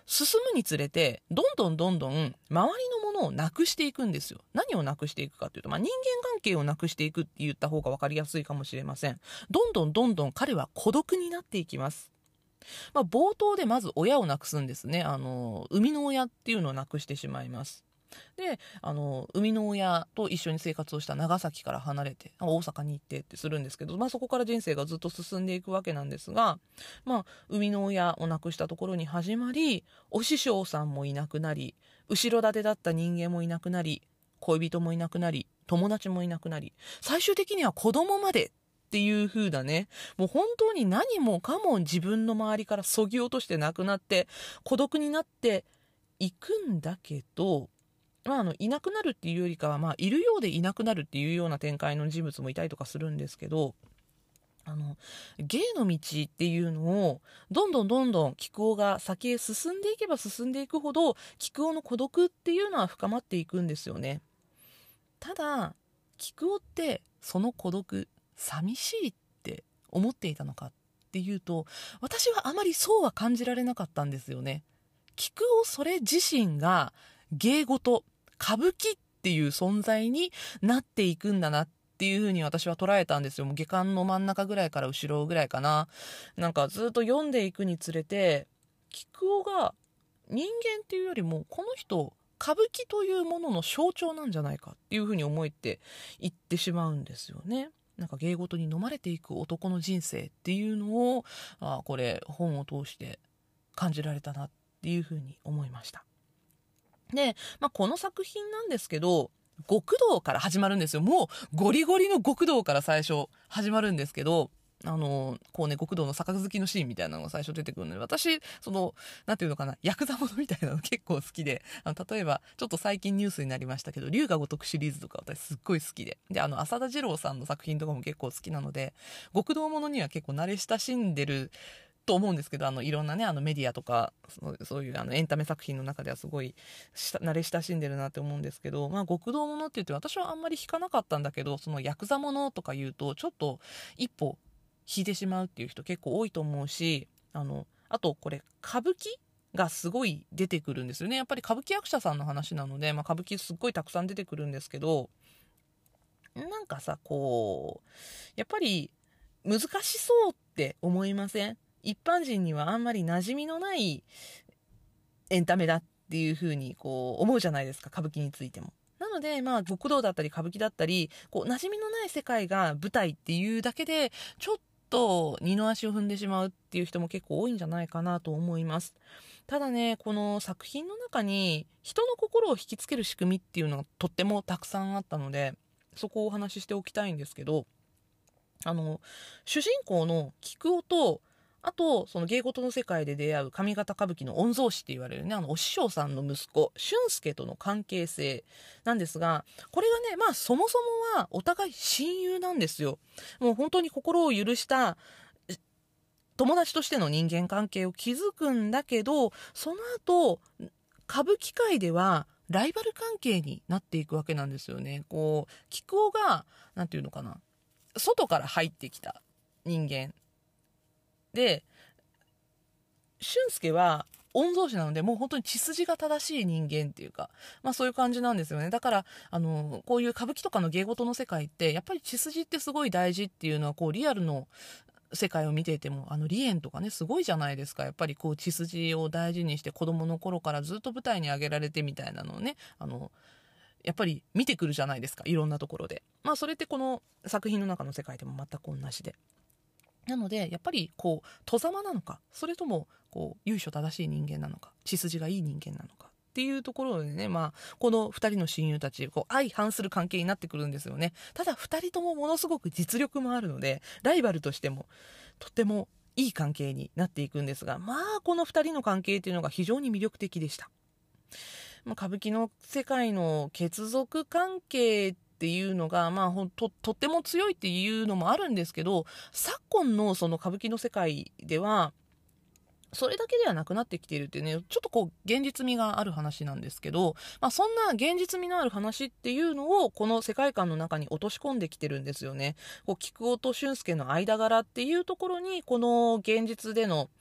進むにつれてどんどん周りのものをなくしていくんですよ。何をなくしていくかというと、人間関係をなくしていくって言った方が分かりやすいかもしれません。どんどん彼は孤独になっていきます。冒頭でまず親を亡くすんですね。生みの親っていうのを亡くしてしまいます。で、生みの親と一緒に生活をした長崎から離れて大阪に行ってってするんですけど、そこから人生がずっと進んでいくわけなんですが、生みの親を亡くしたところに始まり、お師匠さんもいなくなり、後ろ盾だった人間もいなくなり、恋人もいなくなり、友達もいなくなり、最終的には子供までっていう風だね。もう本当に何もかも自分の周りから削ぎ落としてなくなって孤独になっていくんだけど、いなくなるっていうよりかは、いるようでいなくなるっていうような展開の人物もいたりとかするんですけど、芸の道っていうのをどんどん菊男が先へ進んでいけば進んでいくほど、菊男の孤独っていうのは深まっていくんですよね。ただ菊男ってその孤独寂しいって思っていたのかっていうと、私はあまりそうは感じられなかったんですよね。菊男それ自身が芸事歌舞伎っていう存在になっていくんだなっていう風に私は捉えたんですよ。もう下巻の真ん中ぐらいから後ろぐらいかな。ずっと読んでいくにつれて、菊男が人間っていうよりもこの人歌舞伎というものの象徴なんじゃないかっていう風に思えていってしまうんですよね。芸事に飲まれていく男の人生っていうのをこれ本を通して感じられたなっていう風に思いました。で、この作品なんですけど、極道から始まるんですよ。もうゴリゴリの極道から最初始まるんですけど、極道の杯のシーンみたいなのが最初出てくるので、私、なんていうのかな、ヤクザものみたいなの結構好きで、例えば、ちょっと最近ニュースになりましたけど、龍が如くシリーズとか私すっごい好きで、浅田次郎さんの作品とかも結構好きなので、極道ものには結構慣れ親しんでると思うんですけど、いろんなね、メディアとかそういうエンタメ作品の中ではすごい慣れ親しんでるなって思うんですけど、極道ものって言って私はあんまり引かなかったんだけど、そのヤクザものとか言うとちょっと一歩引いてしまうっていう人結構多いと思うし、あとこれ歌舞伎がすごい出てくるんですよね。やっぱり歌舞伎役者さんの話なので、歌舞伎すっごいたくさん出てくるんですけど、やっぱり難しそうって思いません？一般人にはあんまり馴染みのないエンタメだっていう風に思うじゃないですか、歌舞伎についても。なので極道だったり歌舞伎だったり馴染みのない世界が舞台っていうだけでちょっと二の足を踏んでしまうっていう人も結構多いんじゃないかなと思います。ただね、この作品の中に人の心を引きつける仕組みっていうのがとってもたくさんあったので、そこをお話ししておきたいんですけど、主人公の菊男と、あとその芸事の世界で出会う上方歌舞伎の御曹司って言われるね、お師匠さんの息子俊介との関係性なんですが、これがね、そもそもはお互い親友なんですよ。もう本当に心を許した友達としての人間関係を築くんだけど、その後歌舞伎界ではライバル関係になっていくわけなんですよね。菊男がなんていうのかな、外から入ってきた人間で、俊介は御曹司なのでもう本当に血筋が正しい人間っていうか、そういう感じなんですよね。だからこういう歌舞伎とかの芸事の世界ってやっぱり血筋ってすごい大事っていうのはリアルの世界を見ていても梨園とかねすごいじゃないですか。やっぱり血筋を大事にして子供の頃からずっと舞台に上げられてみたいなのをねやっぱり見てくるじゃないですか、いろんなところで。それってこの作品の中の世界でも全く同じで、なのでやっぱり外様なのか、それとも由緒正しい人間なのか、血筋がいい人間なのかっていうところでね、この2人の親友たち相反する関係になってくるんですよね。ただ2人ともものすごく実力もあるのでライバルとしてもとってもいい関係になっていくんですが、この2人の関係っていうのが非常に魅力的でした。歌舞伎の世界の血族関係っていうのが、とっても強いっていうのもあるんですけど、昨今のその歌舞伎の世界ではそれだけではなくなってきているっていうね、ちょっと現実味がある話なんですけど、そんな現実味のある話っていうのをこの世界観の中に落とし込んできてるんですよね。菊男と俊介の間柄っていうところにこの現実での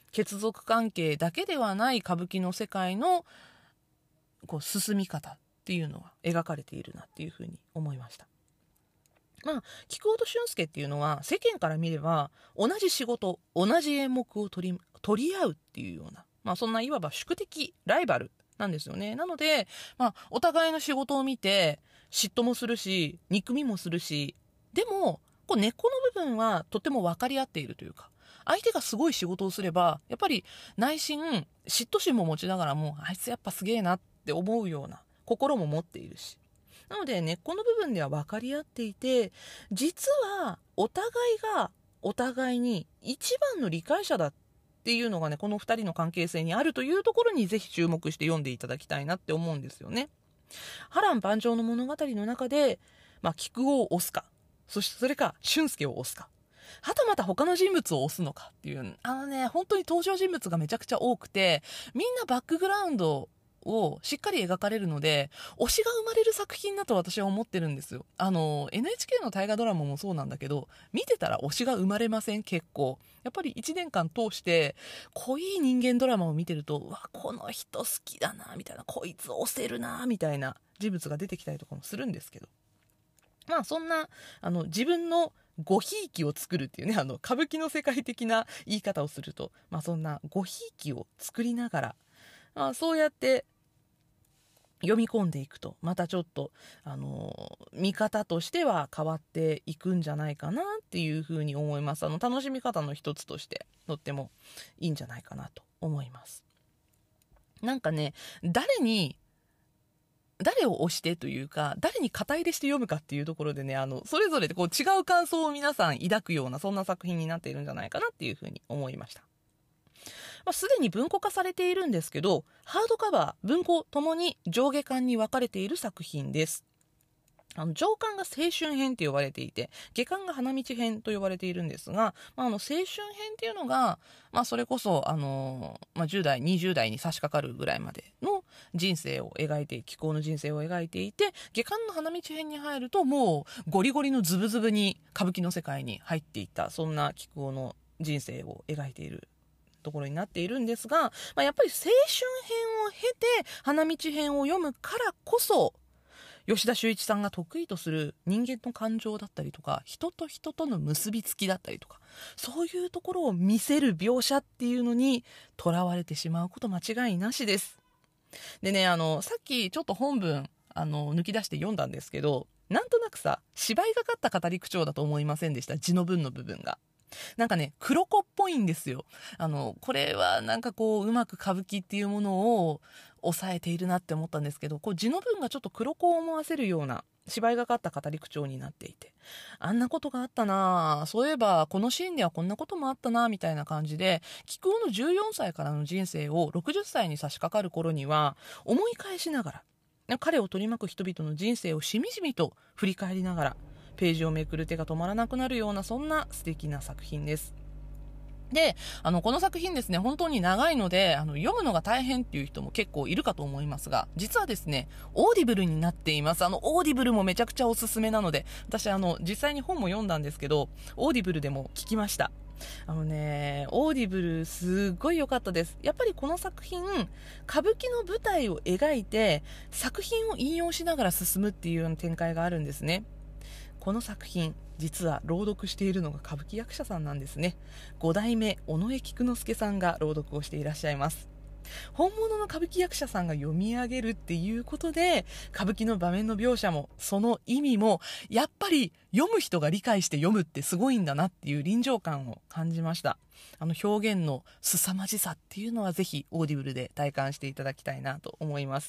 血族関係だけではない歌舞伎の世界のこう進み方っていうのは描かれているなっていうふうに思いました。菊尾と俊介っていうのは世間から見れば同じ仕事同じ演目を取り合うっていうような、そんないわば宿敵ライバルなんですよね。なので、お互いの仕事を見て嫉妬もするし憎みもするし、でもこう根っこの部分はとても分かり合っているというか、相手がすごい仕事をすればやっぱり内心嫉妬心も持ちながらも、あいつやっぱすげえなって思うような心も持っているし、なので根っこの部分では分かり合っていて、実はお互いがお互いに一番の理解者だっていうのがね、この2人の関係性にあるというところにぜひ注目して読んでいただきたいなって思うんですよね。波乱万丈の物語の中で、菊を押すか、それか俊介を押すか、はたまた他の人物を押すのかっていう、本当に登場人物がめちゃくちゃ多くて、みんなバックグラウンドをしっかり描かれるので、推しが生まれる作品だと私は思ってるんですよ。NHK の大河ドラマもそうなんだけど、見てたら推しが生まれません？結構やっぱり1年間通して濃い人間ドラマを見てると、うわこの人好きだなみたいな、こいつ推せるなみたいな人物が出てきたりとかもするんですけど、そんな自分のごひいきを作るっていうね、歌舞伎の世界的な言い方をすると、そんなごひいきを作りながら、そうやって読み込んでいくと、またちょっと見方としては変わっていくんじゃないかなっていうふうに思います。楽しみ方の一つとしてとってもいいんじゃないかなと思います。なんかね、誰を推してというか、誰に肩入れして読むかっていうところでね、それぞれでこう違う感想を皆さん抱くような、そんな作品になっているんじゃないかなっていうふうに思いました。すでに文庫化されているんですけど、ハードカバー、文庫ともに上下巻に分かれている作品です。上巻が青春編と呼ばれていて、下巻が花道編と呼ばれているんですが、青春編っていうのが、それこそ、10代、20代に差し掛かるぐらいまでの人生を描いて、気候の人生を描いていて、下巻の花道編に入ると、もうゴリゴリのズブズブに歌舞伎の世界に入っていった、そんな気候の人生を描いているところになっているんですが、やっぱり青春編を経て花道編を読むからこそ、吉田修一さんが得意とする人間の感情だったりとか、人と人との結びつきだったりとか、そういうところを見せる描写っていうのにとらわれてしまうこと間違いなしです。でね、さっきちょっと本文抜き出して読んだんですけど、なんとなくさ、芝居がかった語り口調だと思いませんでした？字の文の部分がなんかね、黒子っぽいんですよ。これはなんかこううまく歌舞伎っていうものを抑えているなって思ったんですけど、こう字の文がちょっと黒子を思わせるような芝居がかった語り口調になっていて、あんなことがあったな、そういえばこのシーンではこんなこともあったなみたいな感じで、菊尾の14歳からの人生を60歳に差し掛かる頃には思い返しながら、彼を取り巻く人々の人生をしみじみと振り返りながら、ページをめくる手が止まらなくなるような、そんな素敵な作品です。で、この作品ですね、本当に長いので読むのが大変っていう人も結構いるかと思いますが、実はですね、オーディブルになっています。オーディブルもめちゃくちゃおすすめなので、私実際に本も読んだんですけど、オーディブルでも聞きました。オーディブルすっごい良かったです。やっぱりこの作品、歌舞伎の舞台を描いて作品を引用しながら進むっていうような展開があるんですね。この作品、実は朗読しているのが歌舞伎役者さんなんですね。5代目尾上菊之助さんが朗読をしていらっしゃいます。本物の歌舞伎役者さんが読み上げるっていうことで、歌舞伎の場面の描写もその意味もやっぱり読む人が理解して読むってすごいんだなっていう臨場感を感じました。表現の凄まじさっていうのはぜひオーディブルで体感していただきたいなと思います。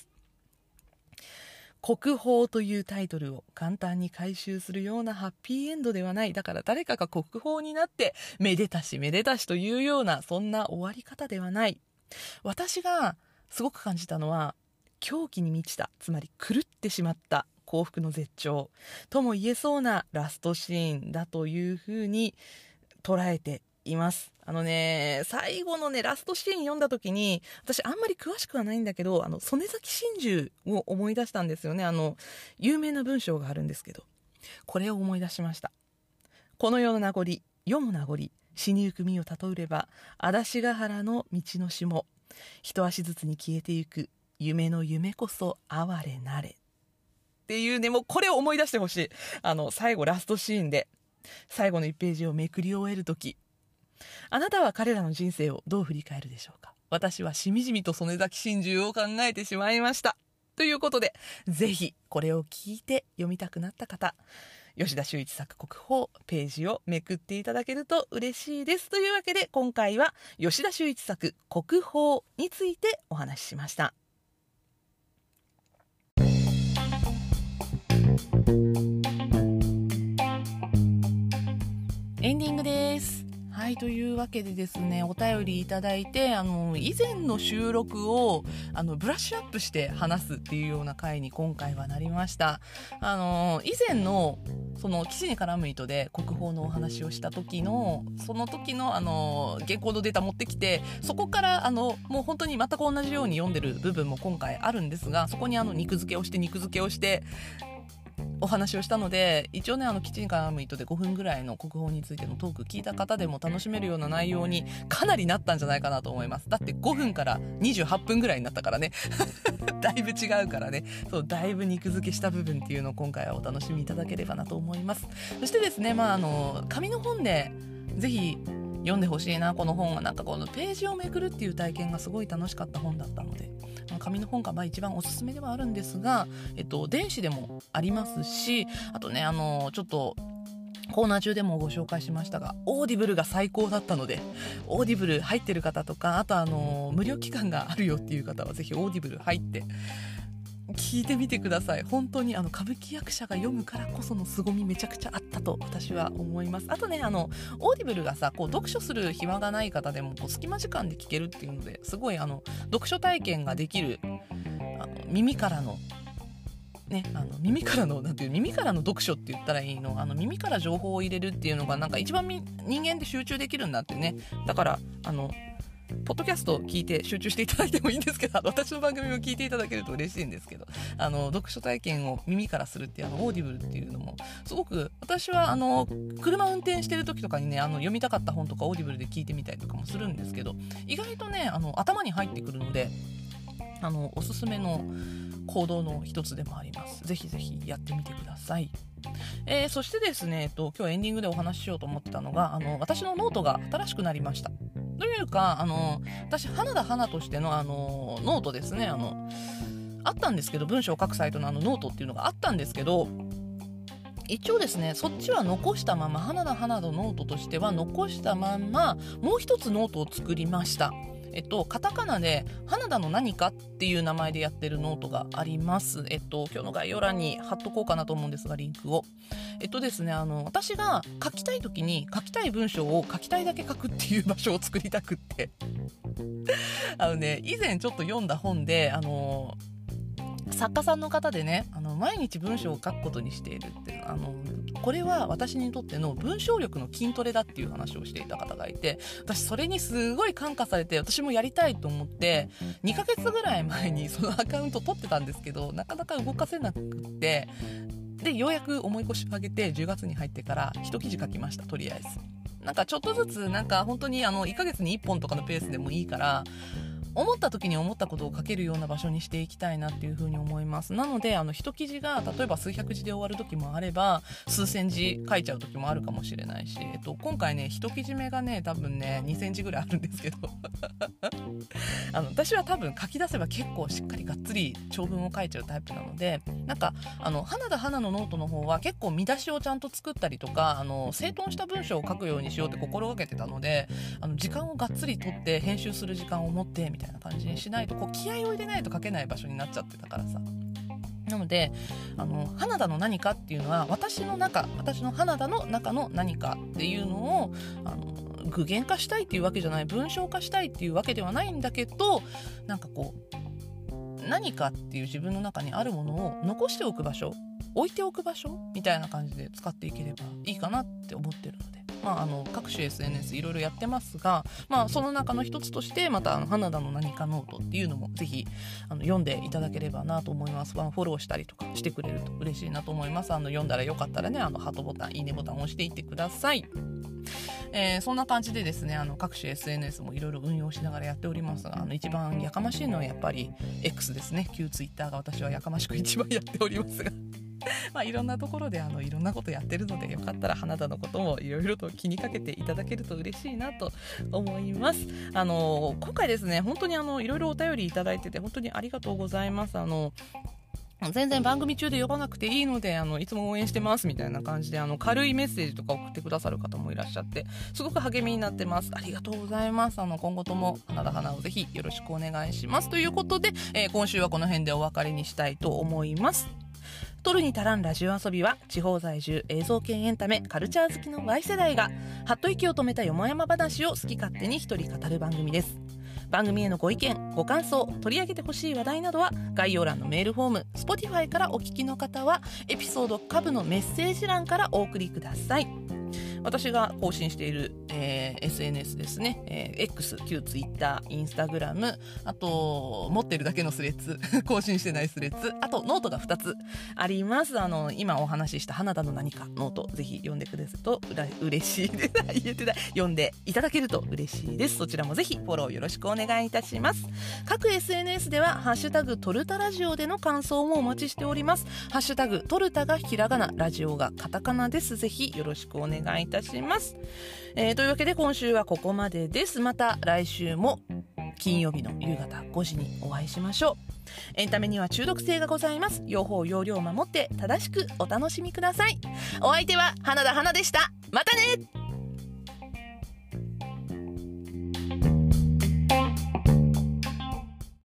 国宝というタイトルを簡単に回収するようなハッピーエンドではない。だから誰かが国宝になってめでたしめでたしというような、そんな終わり方ではない。私がすごく感じたのは、狂気に満ちた、つまり狂ってしまった幸福の絶頂とも言えそうなラストシーンだというふうに捉えています。最後のねラストシーン読んだ時に、私あんまり詳しくはないんだけど、曽根崎真珠を思い出したんですよね。有名な文章があるんですけど、これを思い出しました。この世の名残、世も名残、 死にゆく身を例えれば足立ヶ原の道の霜、一足ずつに消えてゆく夢の夢こそ哀れなれっていうね、もうこれを思い出してほしい。最後ラストシーンで最後の1ページをめくり終えるとき、あなたは彼らの人生をどう振り返るでしょうか。私はしみじみと曽根崎心中を考えてしまいました。ということで、ぜひこれを聞いて読みたくなった方、吉田修一作国宝ページをめくっていただけると嬉しいです。というわけで今回は吉田修一作国宝についてお話ししました。エンディングです。はい、というわけでですね、お便りいただいて、以前の収録をブラッシュアップして話すっていうような回に今回はなりました。以前のその記事に絡む糸で国宝のお話をした時のその時の原稿のデータ持ってきて、そこからもう本当に全く同じように読んでる部分も今回あるんですが、そこに肉付けをしてお話をしたので、一応ね記事に絡む糸で5分ぐらいの国宝についてのトーク聞いた方でも楽しめるような内容にかなりなったんじゃないかなと思います。だって5分から28分ぐらいになったからねだいぶ違うからね、そうだいぶ肉付けした部分っていうのを今回はお楽しみいただければなと思います。そしてですね、紙の本でぜひ読んでほしいな、この本は。なんかこのページをめくるっていう体験がすごい楽しかった本だったので、紙の本が一番おすすめではあるんですが、電子でもありますし、あとねちょっとコーナー中でもご紹介しましたが、オーディブルが最高だったので、オーディブル入ってる方とか、あと無料期間があるよっていう方はぜひオーディブル入って聞いてみてください。本当に歌舞伎役者が読むからこその凄みめちゃくちゃあったと私は思います。あとねオーディブルが読書する暇がない方でも隙間時間で聞けるっていうので、すごい読書体験ができる耳からのね、耳からの読書って言ったらいいの、耳から情報を入れるっていうのが一番人間って集中できるんだってね。だからポッドキャスト聞いて集中していただいてもいいんですけど、私の番組も聞いていただけると嬉しいんですけど、読書体験を耳からするっていうオーディブルっていうのもすごく、私は車運転してる時とかにね読みたかった本とかオーディブルで聞いてみたりとかもするんですけど、意外とね頭に入ってくるのでおすすめの行動の一つでもあります。ぜひぜひやってみてください。そしてですね、今日エンディングでお話ししようと思ってたのが私のノートが新しくなりました。というか私花田花としてのノートですね、あったんですけど、文章を書くサイトのノートっていうのがあったんですけど、一応ですねそっちは残したまま、花田花のノートとしては残したまま、もう一つノートを作りました。カタカナで花田の何かっていう名前でやってるノートがあります。今日の概要欄に貼っとこうかなと思うんですが、リンクをですね私が書きたい時に書きたい文章を書きたいだけ書くっていう場所を作りたくって以前ちょっと読んだ本で作家さんの方でね毎日文章を書くことにしているってこれは私にとっての文章力の筋トレだっていう話をしていた方がいて、私それにすごい感化されて、私もやりたいと思って2ヶ月ぐらい前にそのアカウント取ってたんですけど、なかなか動かせなくってでようやく重い腰を上げて10月に入ってから一記事書きました。とりあえずちょっとずつ本当に1ヶ月に1本とかのペースでもいいから、思った時に思ったことを書けるような場所にしていきたいなっていうふうに思います。なので一記事が例えば数百字で終わる時もあれば数千字書いちゃう時もあるかもしれないし、今回ね一記事目がね多分ね2000字ぐらいあるんですけど私は多分書き出せば結構しっかりがっつり長文を書いちゃうタイプなので、花田花のノートの方は結構見出しをちゃんと作ったりとか整頓した文章を書くようにしようって心がけてたので、時間をがっつり取って編集する時間を持ってみたいな感じにしないと気合を入れないと書けない場所になっちゃってたからさ。なので花田の何かっていうのは私の花田の中の何かっていうのを具現化したいっていうわけじゃない、文章化したいっていうわけではないんだけど、何かっていう自分の中にあるものを残しておく場所、置いておく場所みたいな感じで使っていければいいかなって思ってるので、各種 SNS いろいろやってますが、その中の一つとしてまた花田の何かノートっていうのもぜひ読んでいただければなと思います。フォローしたりとかしてくれると嬉しいなと思います。読んだらよかったらねハートボタン、いいねボタンを押していってください。 そんな感じでですね、各種 SNS もいろいろ運用しながらやっておりますが、一番やかましいのはやっぱり X ですね。旧 Twitter が私はやかましく一番やっておりますがいろんなところでいろんなことやってるので、よかったら花田のこともいろいろと気にかけていただけると嬉しいなと思います。今回ですね、本当にいろいろお便りいただいてて本当にありがとうございます。全然番組中で呼ばなくていいのでいつも応援してますみたいな感じで軽いメッセージとか送ってくださる方もいらっしゃって、すごく励みになってます。ありがとうございます。今後とも花をぜひよろしくお願いしますということで、今週はこの辺でお別れにしたいと思います。取るに足らんラジオ遊びは、地方在住映像系エンタメカルチャー好きの Y 世代がはっと息を止めたよもやま話を好き勝手に一人語る番組です。番組へのご意見ご感想、取り上げてほしい話題などは概要欄のメールフォーム、 Spotify からお聞きの方はエピソード下部のメッセージ欄からお送りください。私が更新している、SNS ですね、X、旧 Twitter、Instagram、あと持ってるだけのスレッズ更新してないスレッズ、あとノートが2つあります。今お話しした花田の何かノート、ぜひ読んでくれると嬉しいです言えてない、読んでいただけると嬉しいです。そちらもぜひフォローよろしくお願いいたします。各 SNS ではハッシュタグトルタラジオでの感想もお待ちしております。ハッシュタグトルタがひらがな、ラジオがカタカナです。ぜひよろしくお願いいたします。というわけで今週はここまでです。また来週も金曜日の夕方5時にお会いしましょう。エンタメには中毒性がございます。用法用量を守って正しくお楽しみください。お相手は花田花でした。またね。